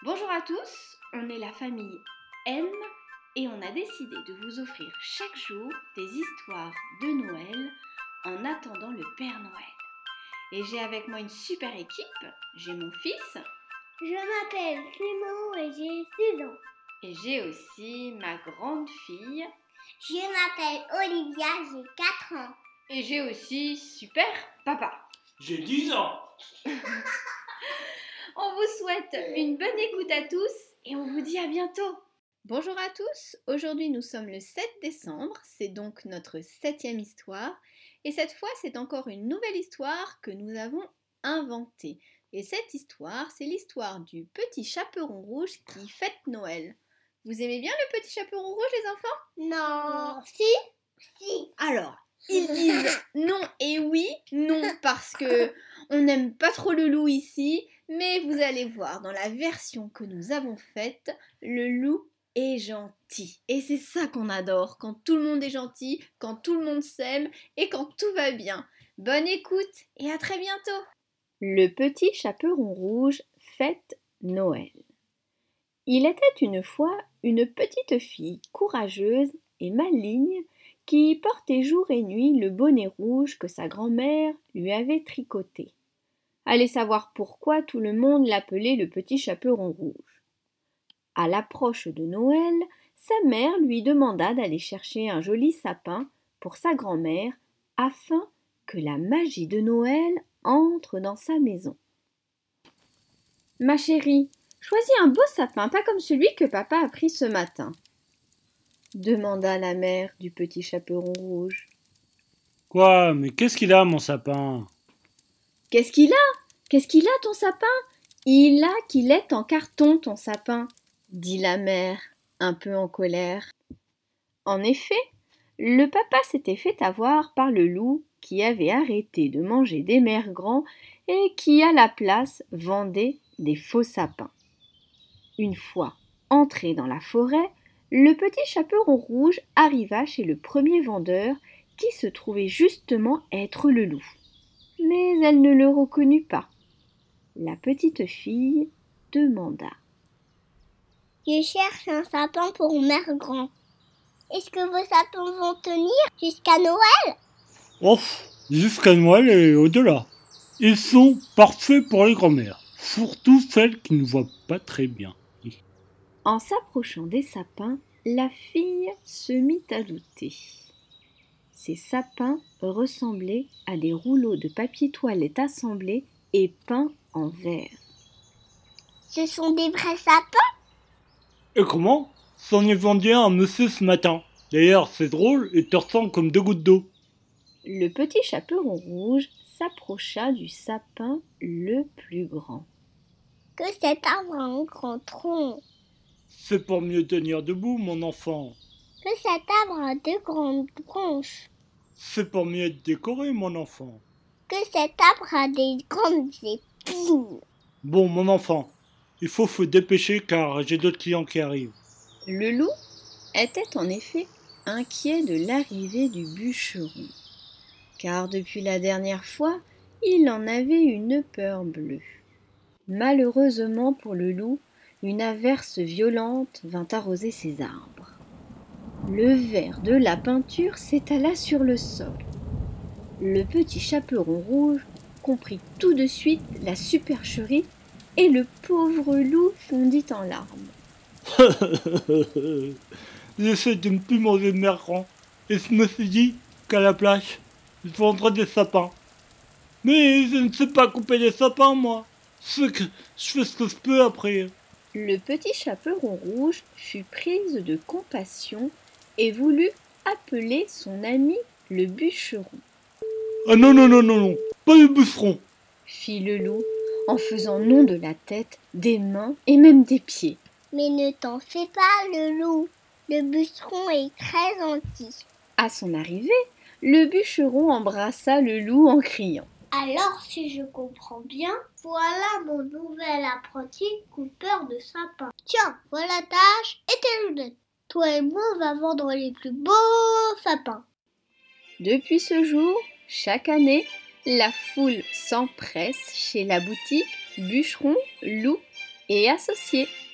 Bonjour à tous, on est la famille M et on a décidé de vous offrir chaque jour des histoires de Noël en attendant le Père Noël. Et j'ai avec moi une super équipe, j'ai mon fils. Je m'appelle Clément et j'ai 6 ans. Et j'ai aussi ma grande fille. Je m'appelle Olivia, j'ai 4 ans. Et j'ai aussi super papa. J'ai 10 ans. On vous souhaite une bonne écoute à tous et on vous dit à bientôt. Bonjour à tous, aujourd'hui nous sommes le 7 décembre, c'est donc notre 7e histoire et cette fois c'est encore une nouvelle histoire que nous avons inventée. Et cette histoire, c'est l'histoire du petit chaperon rouge qui fête Noël. Vous aimez bien le petit chaperon rouge les enfants? Non. Si. Alors, ils disent non et oui, non parce que on n'aime pas trop le loup ici, mais vous allez voir dans la version que nous avons faite, le loup est gentil. Et c'est ça qu'on adore, quand tout le monde est gentil, quand tout le monde s'aime et quand tout va bien. Bonne écoute et à très bientôt. Le petit chaperon rouge fête Noël. Il était une fois une petite fille courageuse et maligne qui portait jour et nuit le bonnet rouge que sa grand-mère lui avait tricoté. Allez savoir pourquoi tout le monde l'appelait le petit chaperon rouge. À l'approche de Noël, sa mère lui demanda d'aller chercher un joli sapin pour sa grand-mère afin que la magie de Noël entre dans sa maison. « Ma chérie, choisis un beau sapin, pas comme celui que papa a pris ce matin. » demanda la mère du petit chaperon rouge. « Quoi? Mais qu'est-ce qu'il a, mon sapin ?» ?»« Qu'est-ce qu'il a, ton sapin? Il a qu'il est en carton, ton sapin, » dit la mère, un peu en colère. En effet, le papa s'était fait avoir par le loup qui avait arrêté de manger des mergrands et qui, à la place, vendait des faux sapins. Une fois entré dans la forêt, le petit chaperon rouge arriva chez le premier vendeur qui se trouvait justement être le loup. Mais elle ne le reconnut pas. La petite fille demanda. « Je cherche un sapin pour Mergrand. Est-ce que vos sapins vont tenir jusqu'à Noël ?» ?»« Ouf, jusqu'à Noël et au-delà. Ils sont parfaits pour les grand-mères, surtout celles qui ne voient pas très bien. » En s'approchant des sapins, la fille se mit à douter. Ces sapins ressemblaient à des rouleaux de papier toilette assemblés et peints en vert. « Ce sont des vrais sapins ?» ?»« Et comment? C'en est vendu un à monsieur ce matin. D'ailleurs, c'est drôle et te ressemble comme 2 gouttes d'eau. » Le petit chaperon rouge s'approcha du sapin le plus grand. « Que cet arbre a un grand tronc. » »« C'est pour mieux tenir debout, mon enfant. » »« Que cet arbre a 2 grandes branches. » »« C'est pour mieux être décoré, mon enfant. » »« Que cet arbre a des grandes épines. » »« Bon, mon enfant, il faut se dépêcher car j'ai d'autres clients qui arrivent. » Le loup était en effet inquiet de l'arrivée du bûcheron, car depuis la dernière fois, il en avait une peur bleue. Malheureusement pour le loup, une averse violente vint arroser ses arbres. Le verre de la peinture s'étala sur le sol. Le petit chaperon rouge comprit tout de suite la supercherie et le pauvre loup fondit en larmes. J'essaie de ne plus manger de mercredi et je me suis dit qu'à la place, je vendrais des sapins. Mais je ne sais pas couper des sapins, moi. Je fais ce que je peux après. Le petit chaperon rouge fut prise de compassion et voulut appeler son ami le bûcheron. Ah non, non, non, non, non, pas le bûcheron, fit le loup en faisant non de la tête, des mains et même des pieds. Mais ne t'en fais pas, le loup. Le bûcheron est très gentil. À son arrivée, le bûcheron embrassa le loup en criant. Alors, si je comprends bien, voilà mon nouvel apprenti coupeur de sapin. Tiens, voilà ta hache et tes lunettes. Toi et moi, on va vendre les plus beaux sapins. Depuis ce jour, chaque année, la foule s'empresse chez la boutique Bûcheron Loup et associés.